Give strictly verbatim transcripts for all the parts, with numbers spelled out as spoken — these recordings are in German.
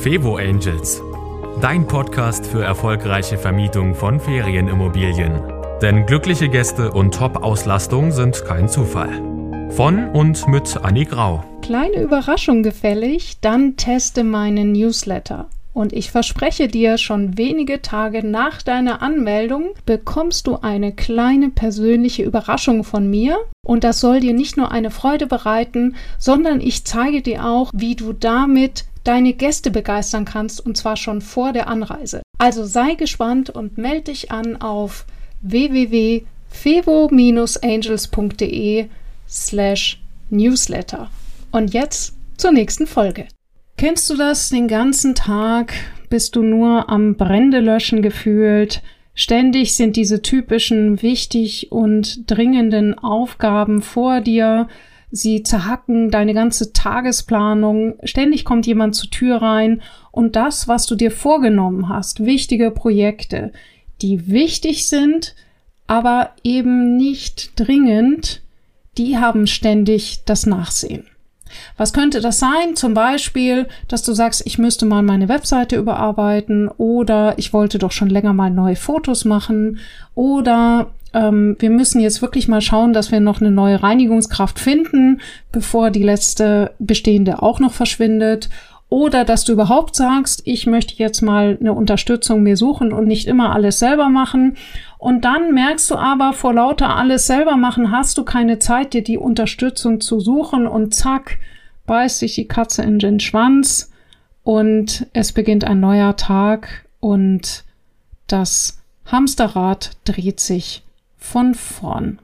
Fevo Angels, dein Podcast für erfolgreiche Vermietung von Ferienimmobilien. Denn glückliche Gäste und Top-Auslastung sind kein Zufall. Von und mit Anni Grau. Kleine Überraschung gefällig, dann teste meinen Newsletter. Und ich verspreche dir, schon wenige Tage nach deiner Anmeldung bekommst du eine kleine persönliche Überraschung von mir. Und das soll dir nicht nur eine Freude bereiten, sondern ich zeige dir auch, wie du damit deine Gäste begeistern kannst, und zwar schon vor der Anreise. Also sei gespannt und melde dich an auf w w w punkt fevo angels punkt de slash newsletter. Und jetzt zur nächsten Folge. Kennst du das? Den ganzen Tag bist du nur am Brände löschen gefühlt. Ständig sind diese typischen wichtig und dringenden Aufgaben vor dir. Sie zerhacken deine ganze Tagesplanung. Ständig kommt jemand zur Tür rein. Und das, was du dir vorgenommen hast, wichtige Projekte, die wichtig sind, aber eben nicht dringend, die haben ständig das Nachsehen. Was könnte das sein? Zum Beispiel, dass du sagst, ich müsste mal meine Webseite überarbeiten, oder ich wollte doch schon länger mal neue Fotos machen, oder ähm, wir müssen jetzt wirklich mal schauen, dass wir noch eine neue Reinigungskraft finden, bevor die letzte bestehende auch noch verschwindet. Oder dass du überhaupt sagst, ich möchte jetzt mal eine Unterstützung mir suchen und nicht immer alles selber machen. Und dann merkst du aber, vor lauter alles selber machen hast du keine Zeit, dir die Unterstützung zu suchen, und zack, beißt sich die Katze in den Schwanz und es beginnt ein neuer Tag und das Hamsterrad dreht sich von vorn.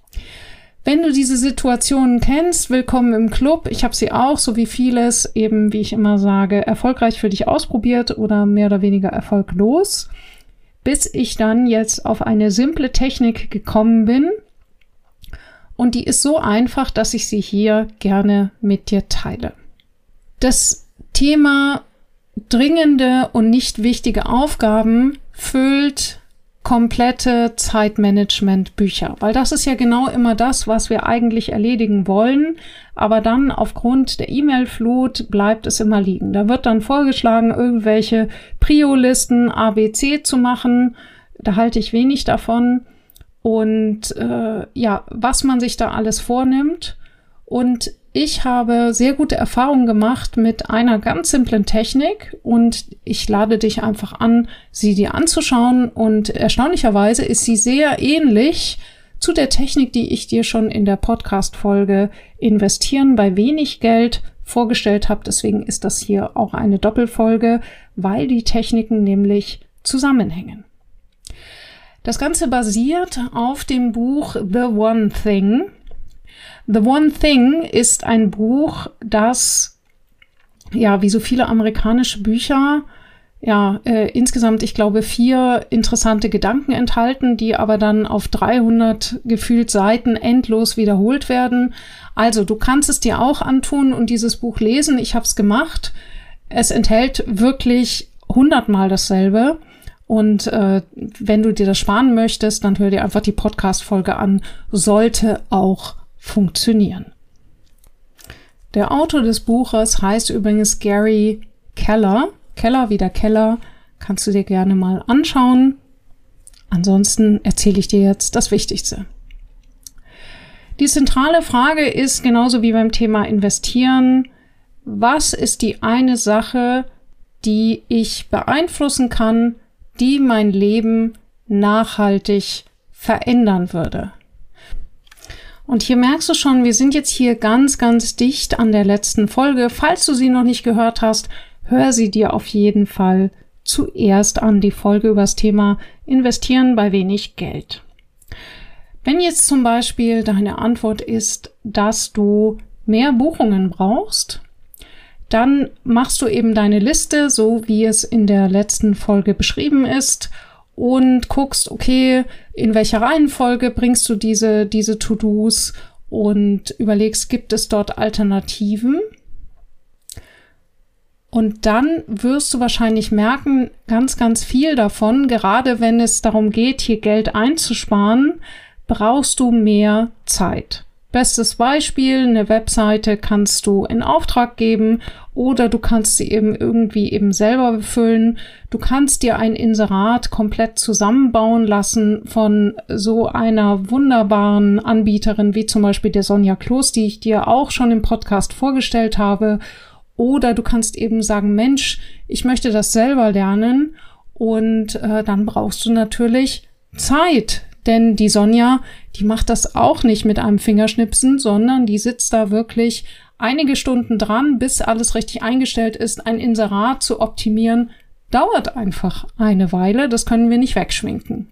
Wenn du diese Situationen kennst, willkommen im Club. Ich habe sie auch, so wie vieles, eben wie ich immer sage, erfolgreich für dich ausprobiert oder mehr oder weniger erfolglos, bis ich dann jetzt auf eine simple Technik gekommen bin. Und die ist so einfach, dass ich sie hier gerne mit dir teile. Das Thema dringende und nicht wichtige Aufgaben füllt komplette Zeitmanagement-Bücher, weil das ist ja genau immer das, was wir eigentlich erledigen wollen, aber dann aufgrund der E-Mail-Flut bleibt es immer liegen. Da wird dann vorgeschlagen, irgendwelche Prio-Listen A B C zu machen, da halte ich wenig davon, und äh, ja, was man sich da alles vornimmt. Und ich habe sehr gute Erfahrungen gemacht mit einer ganz simplen Technik, und ich lade dich einfach an, sie dir anzuschauen, und erstaunlicherweise ist sie sehr ähnlich zu der Technik, die ich dir schon in der Podcast-Folge Investieren bei wenig Geld vorgestellt habe. Deswegen ist das hier auch eine Doppelfolge, weil die Techniken nämlich zusammenhängen. Das Ganze basiert auf dem Buch The One Thing. The One Thing ist ein Buch, das, ja, wie so viele amerikanische Bücher, ja, äh, insgesamt, ich glaube, vier interessante Gedanken enthalten, die aber dann auf dreihundert gefühlt Seiten endlos wiederholt werden. Also, du kannst es dir auch antun und dieses Buch lesen. Ich habe es gemacht. Es enthält wirklich hundertmal dasselbe. Und äh, wenn du dir das sparen möchtest, dann hör dir einfach die Podcast-Folge an. Sollte auch funktionieren. Der Autor des Buches heißt übrigens Gary Keller. Keller wie der Keller, kannst du dir gerne mal anschauen. Ansonsten erzähle ich dir jetzt das Wichtigste. Die zentrale Frage ist, genauso wie beim Thema Investieren, was ist die eine Sache, die ich beeinflussen kann, die mein Leben nachhaltig verändern würde? Und hier merkst du schon, wir sind jetzt hier ganz, ganz dicht an der letzten Folge. Falls du sie noch nicht gehört hast, hör sie dir auf jeden Fall zuerst an, die Folge über das Thema Investieren bei wenig Geld. Wenn jetzt zum Beispiel deine Antwort ist, dass du mehr Buchungen brauchst, dann machst du eben deine Liste, so wie es in der letzten Folge beschrieben ist, und guckst, okay, in welcher Reihenfolge bringst du diese, diese To-Dos, und überlegst, gibt es dort Alternativen? Und dann wirst du wahrscheinlich merken, ganz, ganz viel davon, gerade wenn es darum geht, hier Geld einzusparen, brauchst du mehr Zeit. Bestes Beispiel, eine Webseite kannst du in Auftrag geben oder du kannst sie eben irgendwie eben selber befüllen. Du kannst dir ein Inserat komplett zusammenbauen lassen von so einer wunderbaren Anbieterin wie zum Beispiel der Sonja Kloß, die ich dir auch schon im Podcast vorgestellt habe. Oder du kannst eben sagen, Mensch, ich möchte das selber lernen und äh, dann brauchst du natürlich Zeit. Denn die Sonja, die macht das auch nicht mit einem Fingerschnipsen, sondern die sitzt da wirklich einige Stunden dran, bis alles richtig eingestellt ist. Ein Inserat zu optimieren, dauert einfach eine Weile. Das können wir nicht wegschminken.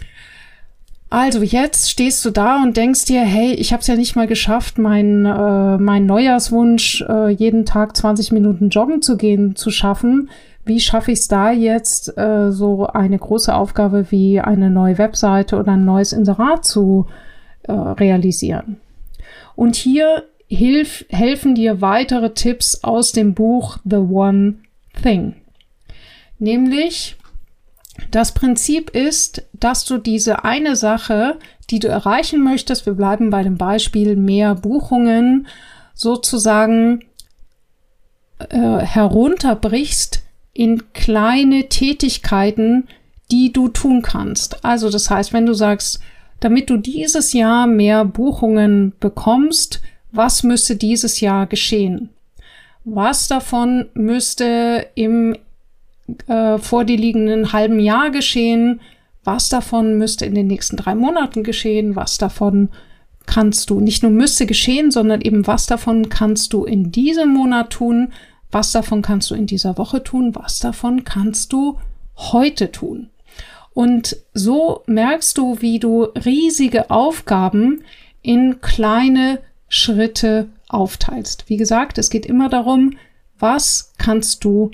Also jetzt stehst du da und denkst dir, hey, ich habe es ja nicht mal geschafft, mein, äh, mein Neujahrswunsch, äh, jeden Tag zwanzig Minuten joggen zu gehen, zu schaffen. Wie schaffe ich es da jetzt, äh, so eine große Aufgabe wie eine neue Webseite oder ein neues Inserat zu äh, realisieren? Und hier hilf, helfen dir weitere Tipps aus dem Buch The One Thing. Nämlich, das Prinzip ist, dass du diese eine Sache, die du erreichen möchtest, wir bleiben bei dem Beispiel mehr Buchungen, sozusagen äh, herunterbrichst in kleine Tätigkeiten, die du tun kannst. Also das heißt, wenn du sagst, damit du dieses Jahr mehr Buchungen bekommst, was müsste dieses Jahr geschehen? Was davon müsste im äh, vor dir liegenden halben Jahr geschehen? Was davon müsste in den nächsten drei Monaten geschehen? Was davon kannst du, nicht nur müsste geschehen, sondern eben was davon kannst du in diesem Monat tun? Was davon kannst du in dieser Woche tun? Was davon kannst du heute tun? Und so merkst du, wie du riesige Aufgaben in kleine Schritte aufteilst. Wie gesagt, es geht immer darum, was kannst du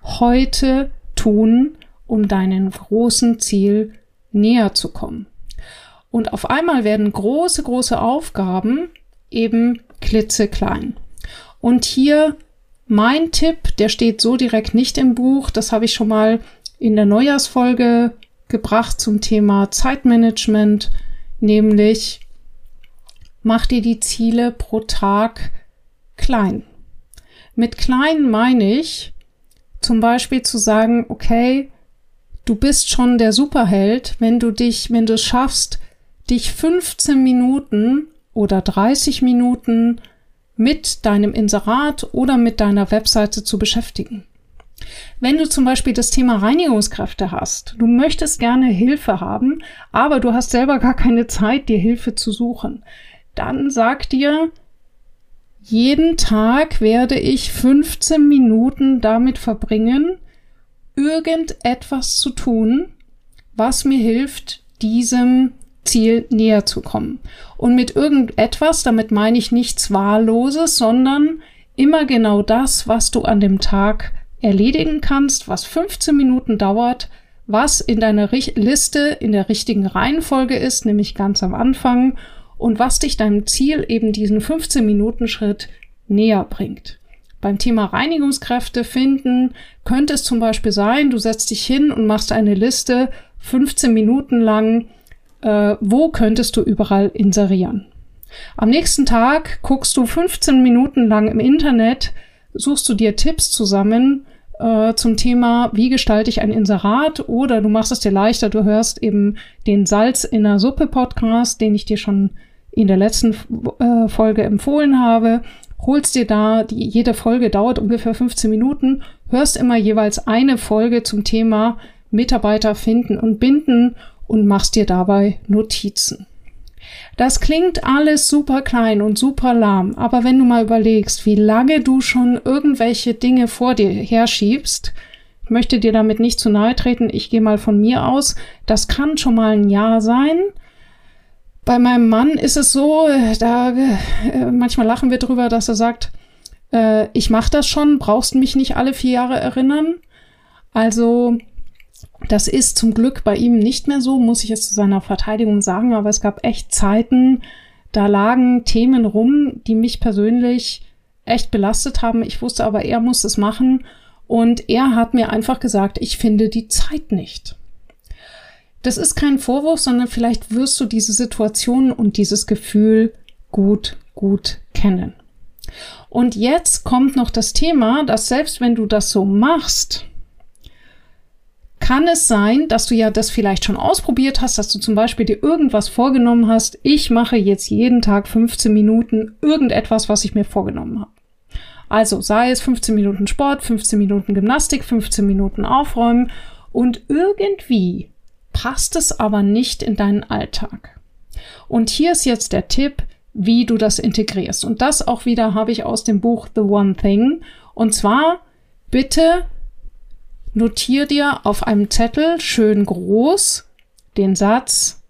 heute tun, um deinem großen Ziel näher zu kommen. Und auf einmal werden große, große Aufgaben eben klitzeklein. Und hier mein Tipp, der steht so direkt nicht im Buch, das habe ich schon mal in der Neujahrsfolge gebracht zum Thema Zeitmanagement, nämlich mach dir die Ziele pro Tag klein. Mit klein meine ich zum Beispiel zu sagen, okay, du bist schon der Superheld, wenn du dich, wenn du es schaffst, dich fünfzehn Minuten oder dreißig Minuten mit deinem Inserat oder mit deiner Webseite zu beschäftigen. Wenn du zum Beispiel das Thema Reinigungskräfte hast, du möchtest gerne Hilfe haben, aber du hast selber gar keine Zeit, dir Hilfe zu suchen, dann sag dir, jeden Tag werde ich fünfzehn Minuten damit verbringen, irgendetwas zu tun, was mir hilft, diesem Ziel näher zu kommen. Und mit irgendetwas, damit meine ich nichts Wahlloses, sondern immer genau das, was du an dem Tag erledigen kannst, was fünfzehn Minuten dauert, was in deiner Ri- Liste in der richtigen Reihenfolge ist, nämlich ganz am Anfang, und was dich deinem Ziel eben diesen fünfzehn Minuten Schritt näher bringt. Beim Thema Reinigungskräfte finden könnte es zum Beispiel sein, du setzt dich hin und machst eine Liste fünfzehn Minuten lang, äh, wo könntest du überall inserieren. Am nächsten Tag guckst du fünfzehn Minuten lang im Internet, suchst du dir Tipps zusammen äh, zum Thema, wie gestalte ich ein Inserat, oder du machst es dir leichter, du hörst eben den Salz in der Suppe Podcast, den ich dir schon in der letzten äh, Folge empfohlen habe, holst dir da, die, jede Folge dauert ungefähr fünfzehn Minuten, hörst immer jeweils eine Folge zum Thema Mitarbeiter finden und binden und machst dir dabei Notizen. Das klingt alles super klein und super lahm, aber wenn du mal überlegst, wie lange du schon irgendwelche Dinge vor dir herschiebst, ich möchte dir damit nicht zu nahe treten, ich gehe mal von mir aus, das kann schon mal ein Jahr sein. Bei meinem Mann ist es so, da äh, manchmal lachen wir drüber, dass er sagt, äh, ich mache das schon, brauchst mich nicht alle vier Jahre erinnern. Also das ist zum Glück bei ihm nicht mehr so, muss ich jetzt zu seiner Verteidigung sagen, aber es gab echt Zeiten, da lagen Themen rum, die mich persönlich echt belastet haben. Ich wusste aber, er muss es machen, und er hat mir einfach gesagt, ich finde die Zeit nicht. Das ist kein Vorwurf, sondern vielleicht wirst du diese Situation und dieses Gefühl gut, gut kennen. Und jetzt kommt noch das Thema, dass selbst wenn du das so machst, kann es sein, dass du ja das vielleicht schon ausprobiert hast, dass du zum Beispiel dir irgendwas vorgenommen hast. Ich mache jetzt jeden Tag fünfzehn Minuten irgendetwas, was ich mir vorgenommen habe. Also sei es fünfzehn Minuten Sport, fünfzehn Minuten Gymnastik, fünfzehn Minuten Aufräumen und irgendwie passt es aber nicht in deinen Alltag. Und hier ist jetzt der Tipp, wie du das integrierst. Und das auch wieder habe ich aus dem Buch The One Thing. Und zwar bitte notier dir auf einem Zettel schön groß den Satz: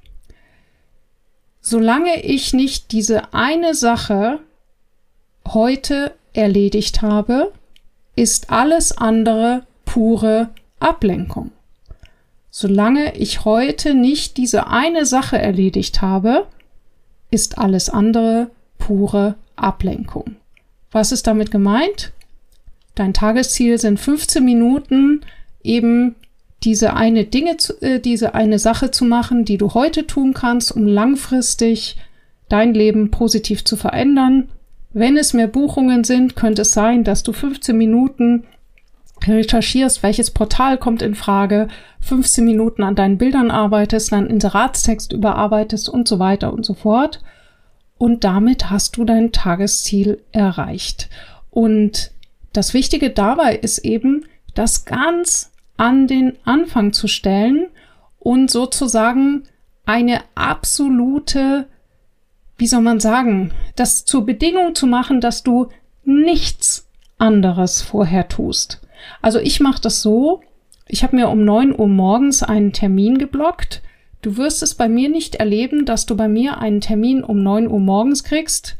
Solange ich nicht diese eine Sache heute erledigt habe, ist alles andere pure Ablenkung. Solange ich heute nicht diese eine Sache erledigt habe, ist alles andere pure Ablenkung. Was ist damit gemeint? Dein Tagesziel sind fünfzehn Minuten, eben diese eine Dinge, zu, äh, diese eine Sache zu machen, die du heute tun kannst, um langfristig dein Leben positiv zu verändern. Wenn es mehr Buchungen sind, könnte es sein, dass du fünfzehn Minuten recherchierst, welches Portal kommt in Frage, fünfzehn Minuten an deinen Bildern arbeitest, deinen Inseratstext überarbeitest und so weiter und so fort. Und damit hast du dein Tagesziel erreicht. Und das Wichtige dabei ist eben, das ganz an den Anfang zu stellen und sozusagen eine absolute, wie soll man sagen, das zur Bedingung zu machen, dass du nichts anderes vorher tust. Also ich mache das so, ich habe mir um neun Uhr morgens einen Termin geblockt. Du wirst es bei mir nicht erleben, dass du bei mir einen Termin um neun Uhr morgens kriegst,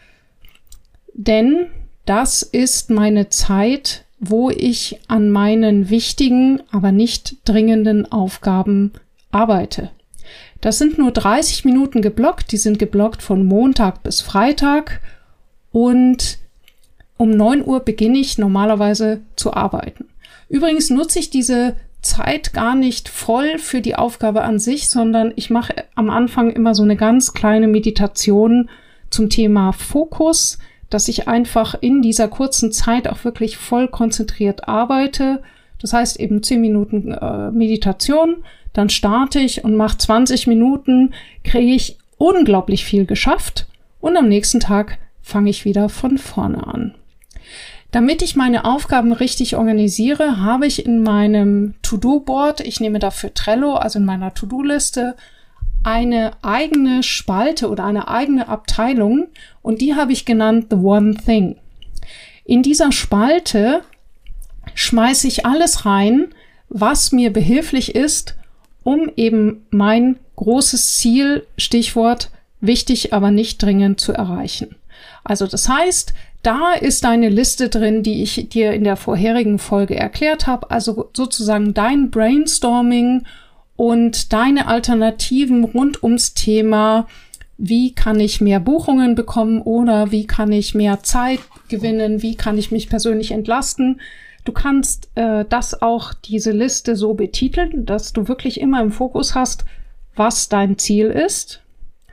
denn das ist meine Zeit, wo ich an meinen wichtigen, aber nicht dringenden Aufgaben arbeite. Das sind nur dreißig Minuten geblockt, die sind geblockt von Montag bis Freitag und um neun Uhr beginne ich normalerweise zu arbeiten. Übrigens nutze ich diese Zeit gar nicht voll für die Aufgabe an sich, sondern ich mache am Anfang immer so eine ganz kleine Meditation zum Thema Fokus, dass ich einfach in dieser kurzen Zeit auch wirklich voll konzentriert arbeite. Das heißt eben zehn Minuten äh, Meditation, dann starte ich und mache zwanzig Minuten, kriege ich unglaublich viel geschafft und am nächsten Tag fange ich wieder von vorne an. Damit ich meine Aufgaben richtig organisiere, habe ich in meinem To-Do-Board, ich nehme dafür Trello, also in meiner To-Do-Liste, eine eigene Spalte oder eine eigene Abteilung und die habe ich genannt The One Thing. In dieser Spalte schmeiße ich alles rein, was mir behilflich ist, um eben mein großes Ziel, Stichwort wichtig, aber nicht dringend zu erreichen. Also das heißt, da ist eine Liste drin, die ich dir in der vorherigen Folge erklärt habe, also sozusagen dein Brainstorming und deine Alternativen rund ums Thema, wie kann ich mehr Buchungen bekommen oder wie kann ich mehr Zeit gewinnen, wie kann ich mich persönlich entlasten. Du kannst äh, das auch, diese Liste so betiteln, dass du wirklich immer im Fokus hast, was dein Ziel ist.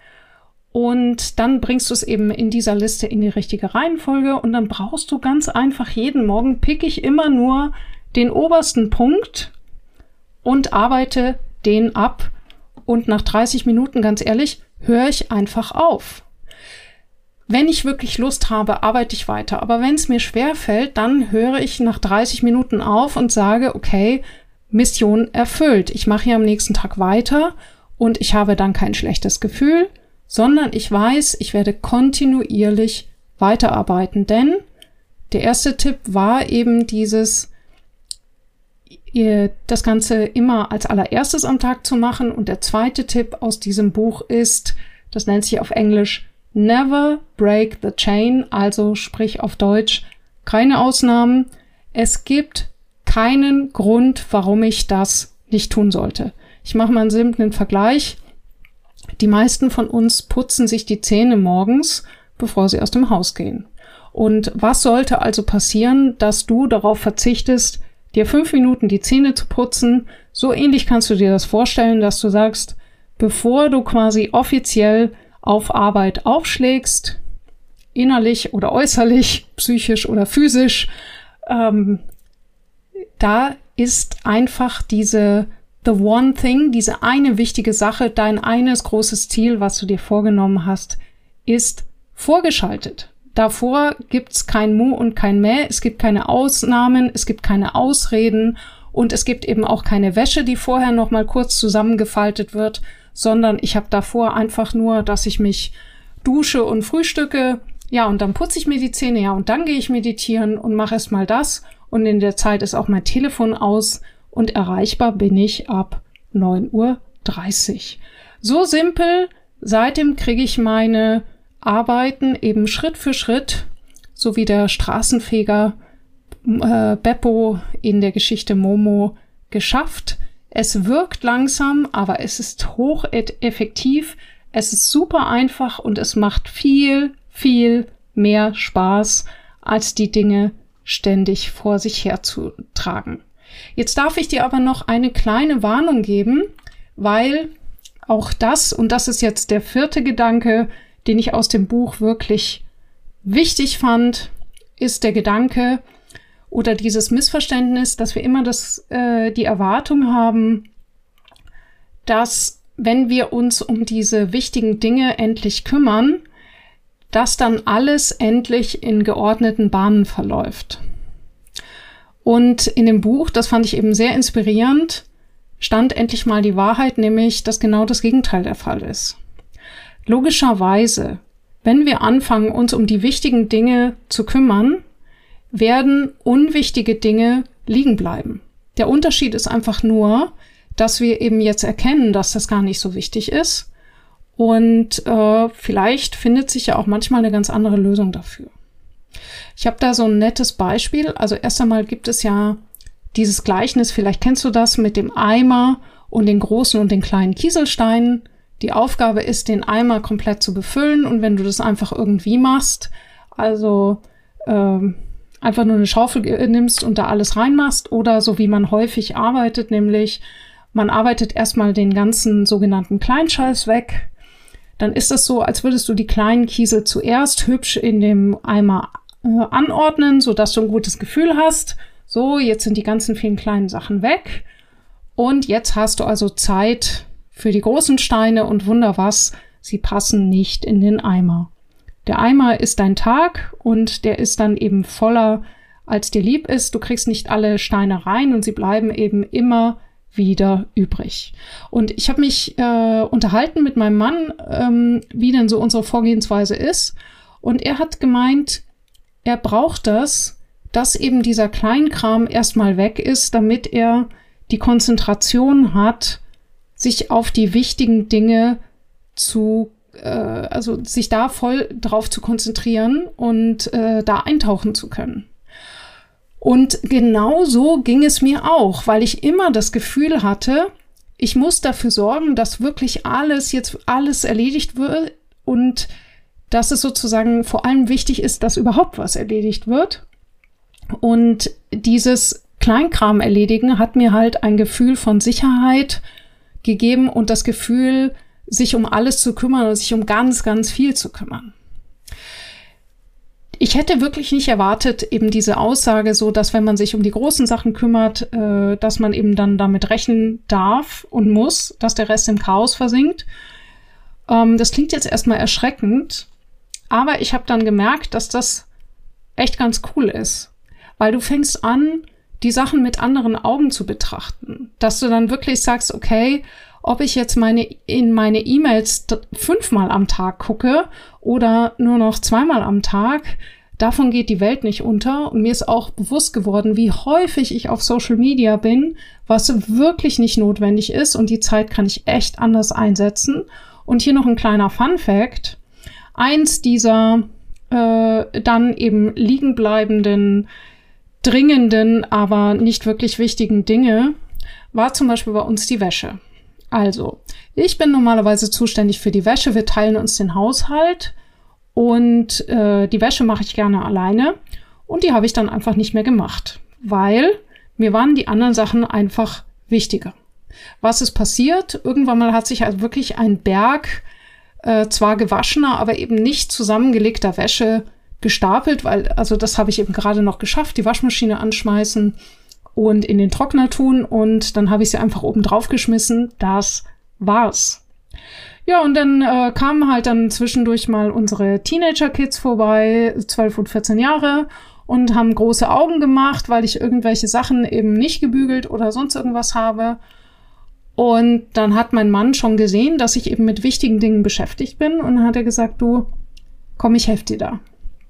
Und dann bringst du es eben in dieser Liste in die richtige Reihenfolge und dann brauchst du ganz einfach jeden Morgen, pick ich immer nur den obersten Punkt und arbeite den ab und nach dreißig Minuten, ganz ehrlich, höre ich einfach auf. Wenn ich wirklich Lust habe, arbeite ich weiter, aber wenn es mir schwerfällt, dann höre ich nach dreißig Minuten auf und sage, okay, Mission erfüllt. Ich mache hier am nächsten Tag weiter und ich habe dann kein schlechtes Gefühl, sondern ich weiß, ich werde kontinuierlich weiterarbeiten. Denn der erste Tipp war eben dieses, das Ganze immer als allererstes am Tag zu machen. Und der zweite Tipp aus diesem Buch ist, das nennt sich auf Englisch Never Break the Chain, also sprich auf Deutsch, keine Ausnahmen. Es gibt keinen Grund, warum ich das nicht tun sollte. Ich mache mal einen simplen Vergleich. Die meisten von uns putzen sich die Zähne morgens, bevor sie aus dem Haus gehen. Und was sollte also passieren, dass du darauf verzichtest, dir fünf Minuten die Zähne zu putzen? So ähnlich kannst du dir das vorstellen, dass du sagst, bevor du quasi offiziell auf Arbeit aufschlägst, innerlich oder äußerlich, psychisch oder physisch, ähm, da ist einfach diese the one thing, diese eine wichtige Sache, dein eines großes Ziel, was du dir vorgenommen hast, ist vorgeschaltet. Davor gibt's kein Mu und kein Mä, es gibt keine Ausnahmen, es gibt keine Ausreden und es gibt eben auch keine Wäsche, die vorher noch mal kurz zusammengefaltet wird, sondern ich habe davor einfach nur, dass ich mich dusche und frühstücke, ja, und dann putze ich mir die Zähne, ja, und dann gehe ich meditieren und mache erst mal das und in der Zeit ist auch mein Telefon aus und erreichbar bin ich ab neun Uhr dreißig. So simpel, seitdem kriege ich meine Arbeiten eben Schritt für Schritt, so wie der Straßenfeger äh, Beppo in der Geschichte Momo, geschafft. Es wirkt langsam, aber es ist hocheffektiv, es ist super einfach und es macht viel, viel mehr Spaß, als die Dinge ständig vor sich herzutragen. Jetzt darf ich dir aber noch eine kleine Warnung geben, weil auch das, und das ist jetzt der vierte Gedanke, den ich aus dem Buch wirklich wichtig fand, ist der Gedanke oder dieses Missverständnis, dass wir immer das, äh, die Erwartung haben, dass wenn wir uns um diese wichtigen Dinge endlich kümmern, dass dann alles endlich in geordneten Bahnen verläuft. Und in dem Buch, das fand ich eben sehr inspirierend, stand endlich mal die Wahrheit, nämlich, dass genau das Gegenteil der Fall ist. Logischerweise, wenn wir anfangen, uns um die wichtigen Dinge zu kümmern, werden unwichtige Dinge liegen bleiben. Der Unterschied ist einfach nur, dass wir eben jetzt erkennen, dass das gar nicht so wichtig ist und äh, vielleicht findet sich ja auch manchmal eine ganz andere Lösung dafür. Ich habe da so ein nettes Beispiel. Also erst einmal gibt es ja dieses Gleichnis, vielleicht kennst du das, mit dem Eimer und den großen und den kleinen Kieselsteinen. Die Aufgabe ist, den Eimer komplett zu befüllen und wenn du das einfach irgendwie machst, also ähm, einfach nur eine Schaufel nimmst und da alles reinmachst oder so wie man häufig arbeitet, nämlich man arbeitet erstmal den ganzen sogenannten Kleinscheiß weg, dann ist das so, als würdest du die kleinen Kiesel zuerst hübsch in dem Eimer äh, anordnen, sodass du ein gutes Gefühl hast. So, jetzt sind die ganzen vielen kleinen Sachen weg und jetzt hast du also Zeit für die großen Steine und Wunder was, sie passen nicht in den Eimer. Der Eimer ist dein Tag und der ist dann eben voller, als dir lieb ist. Du kriegst nicht alle Steine rein und sie bleiben eben immer wieder übrig. Und ich habe mich äh, unterhalten mit meinem Mann, ähm, wie denn so unsere Vorgehensweise ist. Und er hat gemeint, er braucht das, dass eben dieser Kleinkram erstmal weg ist, damit er die Konzentration hat, sich auf die wichtigen Dinge zu, äh, also sich da voll drauf zu konzentrieren und äh, da eintauchen zu können. Und genau so ging es mir auch, weil ich immer das Gefühl hatte, ich muss dafür sorgen, dass wirklich alles, jetzt alles erledigt wird und dass es sozusagen vor allem wichtig ist, dass überhaupt was erledigt wird. Und dieses Kleinkram erledigen hat mir halt ein Gefühl von Sicherheit gegeben und das Gefühl, sich um alles zu kümmern und sich um ganz, ganz viel zu kümmern. Ich hätte wirklich nicht erwartet, eben diese Aussage so, dass wenn man sich um die großen Sachen kümmert, äh, dass man eben dann damit rechnen darf und muss, dass der Rest im Chaos versinkt. Ähm, das klingt jetzt erstmal erschreckend, aber ich habe dann gemerkt, dass das echt ganz cool ist, weil du fängst an, die Sachen mit anderen Augen zu betrachten, dass du dann wirklich sagst, okay, ob ich jetzt meine in meine E-Mails fünfmal am Tag gucke oder nur noch zweimal am Tag, davon geht die Welt nicht unter. Und mir ist auch bewusst geworden, wie häufig ich auf Social Media bin, was wirklich nicht notwendig ist. Und die Zeit kann ich echt anders einsetzen. Und hier noch ein kleiner Fun-Fact. Eins dieser äh, dann eben liegen bleibenden, dringenden, aber nicht wirklich wichtigen Dinge war zum Beispiel bei uns die Wäsche. Also, ich bin normalerweise zuständig für die Wäsche. Wir teilen uns den Haushalt und äh, die Wäsche mache ich gerne alleine und die habe ich dann einfach nicht mehr gemacht, weil mir waren die anderen Sachen einfach wichtiger. Was ist passiert? Irgendwann mal hat sich halt wirklich ein Berg äh, äh, zwar gewaschener, aber eben nicht zusammengelegter Wäsche gestapelt, weil, also das habe ich eben gerade noch geschafft, die Waschmaschine anschmeißen und in den Trockner tun und dann habe ich sie einfach oben drauf geschmissen. Das war's. Ja, und dann äh, kamen halt dann zwischendurch mal unsere Teenager-Kids vorbei, zwölf und vierzehn Jahre, und haben große Augen gemacht, weil ich irgendwelche Sachen eben nicht gebügelt oder sonst irgendwas habe. Und dann hat mein Mann schon gesehen, dass ich eben mit wichtigen Dingen beschäftigt bin. Und dann hat er gesagt, du, komm, ich helfe dir da.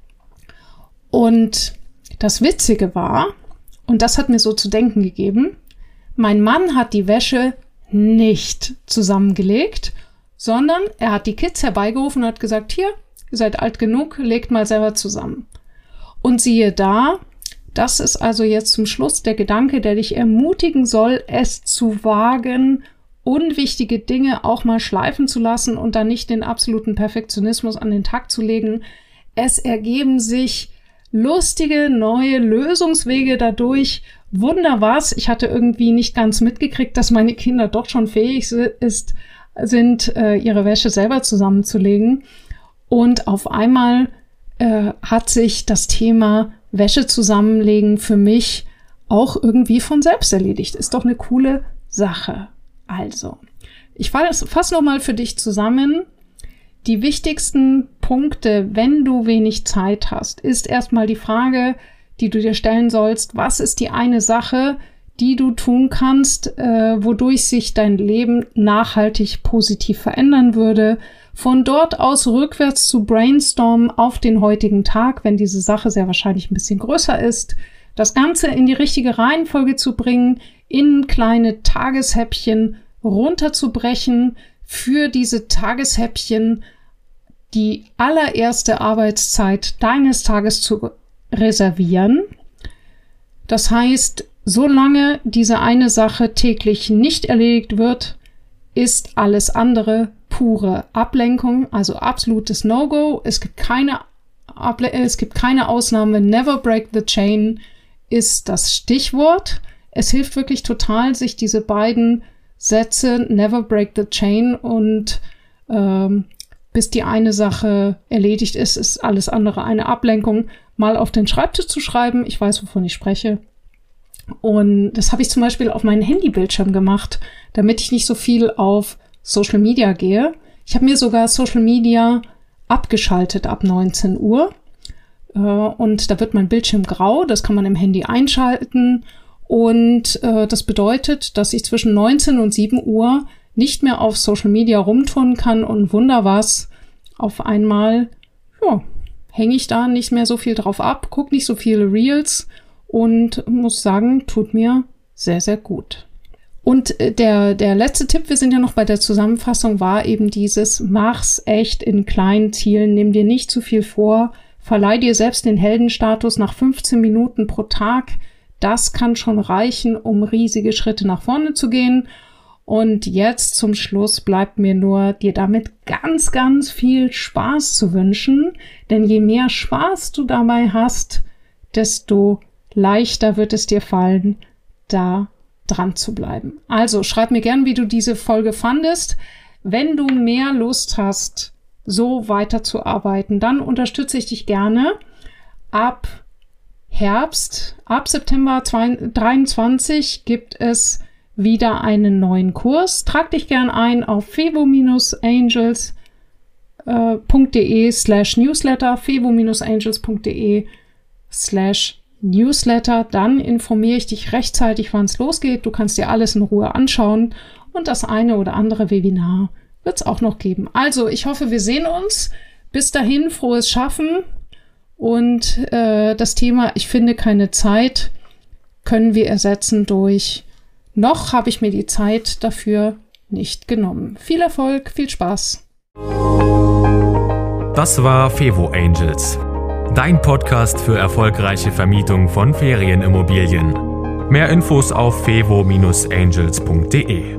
Und das Witzige war, und das hat mir so zu denken gegeben, mein Mann hat die Wäsche nicht zusammengelegt, sondern er hat die Kids herbeigerufen und hat gesagt, hier, ihr seid alt genug, legt mal selber zusammen. Und siehe da, das ist also jetzt zum Schluss der Gedanke, der dich ermutigen soll, es zu wagen, unwichtige Dinge auch mal schleifen zu lassen und dann nicht den absoluten Perfektionismus an den Tag zu legen. Es ergeben sich lustige neue Lösungswege dadurch. Wunder was, ich hatte irgendwie nicht ganz mitgekriegt, dass meine Kinder doch schon fähig ist, sind, äh, ihre Wäsche selber zusammenzulegen. Und auf einmal äh, hat sich das Thema Wäsche zusammenlegen für mich auch irgendwie von selbst erledigt. Ist doch eine coole Sache. Also, ich fasse noch mal für dich zusammen. Die wichtigsten Punkte, wenn du wenig Zeit hast, ist erstmal die Frage, die du dir stellen sollst, was ist die eine Sache, die du tun kannst, äh, wodurch sich dein Leben nachhaltig positiv verändern würde. Von dort aus rückwärts zu brainstormen auf den heutigen Tag, wenn diese Sache sehr wahrscheinlich ein bisschen größer ist. Das Ganze in die richtige Reihenfolge zu bringen, in kleine Tageshäppchen runterzubrechen, für diese Tageshäppchen die allererste Arbeitszeit deines Tages zu reservieren. Das heißt, solange diese eine Sache täglich nicht erledigt wird, ist alles andere pure Ablenkung, also absolutes No-Go. Es gibt keine Able- es gibt keine Ausnahme. Never break the chain ist das Stichwort. Es hilft wirklich total, sich diese beiden Sätze, never break the chain und ähm, bis die eine Sache erledigt ist, ist alles andere eine Ablenkung, mal auf den Schreibtisch zu schreiben. Ich weiß, wovon ich spreche. Und das habe ich zum Beispiel auf meinen Handybildschirm gemacht, damit ich nicht so viel auf Social Media gehe. Ich habe mir sogar Social Media abgeschaltet ab neunzehn Uhr. Äh, und da wird mein Bildschirm grau. Das kann man im Handy einschalten. Und äh, das bedeutet, dass ich zwischen neunzehn und sieben Uhr nicht mehr auf Social Media rumturnen kann. Und wunder was, auf einmal ja, hänge ich da nicht mehr so viel drauf ab, gucke nicht so viele Reels und muss sagen, tut mir sehr, sehr gut. Und der, der letzte Tipp, wir sind ja noch bei der Zusammenfassung, war eben dieses, mach's echt in kleinen Zielen, nimm dir nicht zu viel vor, verleih dir selbst den Heldenstatus nach fünfzehn Minuten pro Tag. Das kann schon reichen, um riesige Schritte nach vorne zu gehen. Und jetzt zum Schluss bleibt mir nur, dir damit ganz, ganz viel Spaß zu wünschen. Denn je mehr Spaß du dabei hast, desto leichter wird es dir fallen, da dran zu bleiben. Also schreib mir gern, wie du diese Folge fandest. Wenn du mehr Lust hast, so weiterzuarbeiten, dann unterstütze ich dich gerne. Ab Herbst, ab September dreiundzwanzig gibt es wieder einen neuen Kurs. Trag dich gern ein auf fevo-angels punkt de slash newsletter, fevo-angels.de slash Newsletter, dann informiere ich dich rechtzeitig, wann es losgeht. Du kannst dir alles in Ruhe anschauen und das eine oder andere Webinar wird es auch noch geben. Also, ich hoffe, wir sehen uns. Bis dahin, frohes Schaffen und äh, das Thema, ich finde keine Zeit, können wir ersetzen durch noch habe ich mir die Zeit dafür nicht genommen. Viel Erfolg, viel Spaß. Das war Fevo Angels. Dein Podcast für erfolgreiche Vermietung von Ferienimmobilien. Mehr Infos auf fevo Bindestrich angels punkt de.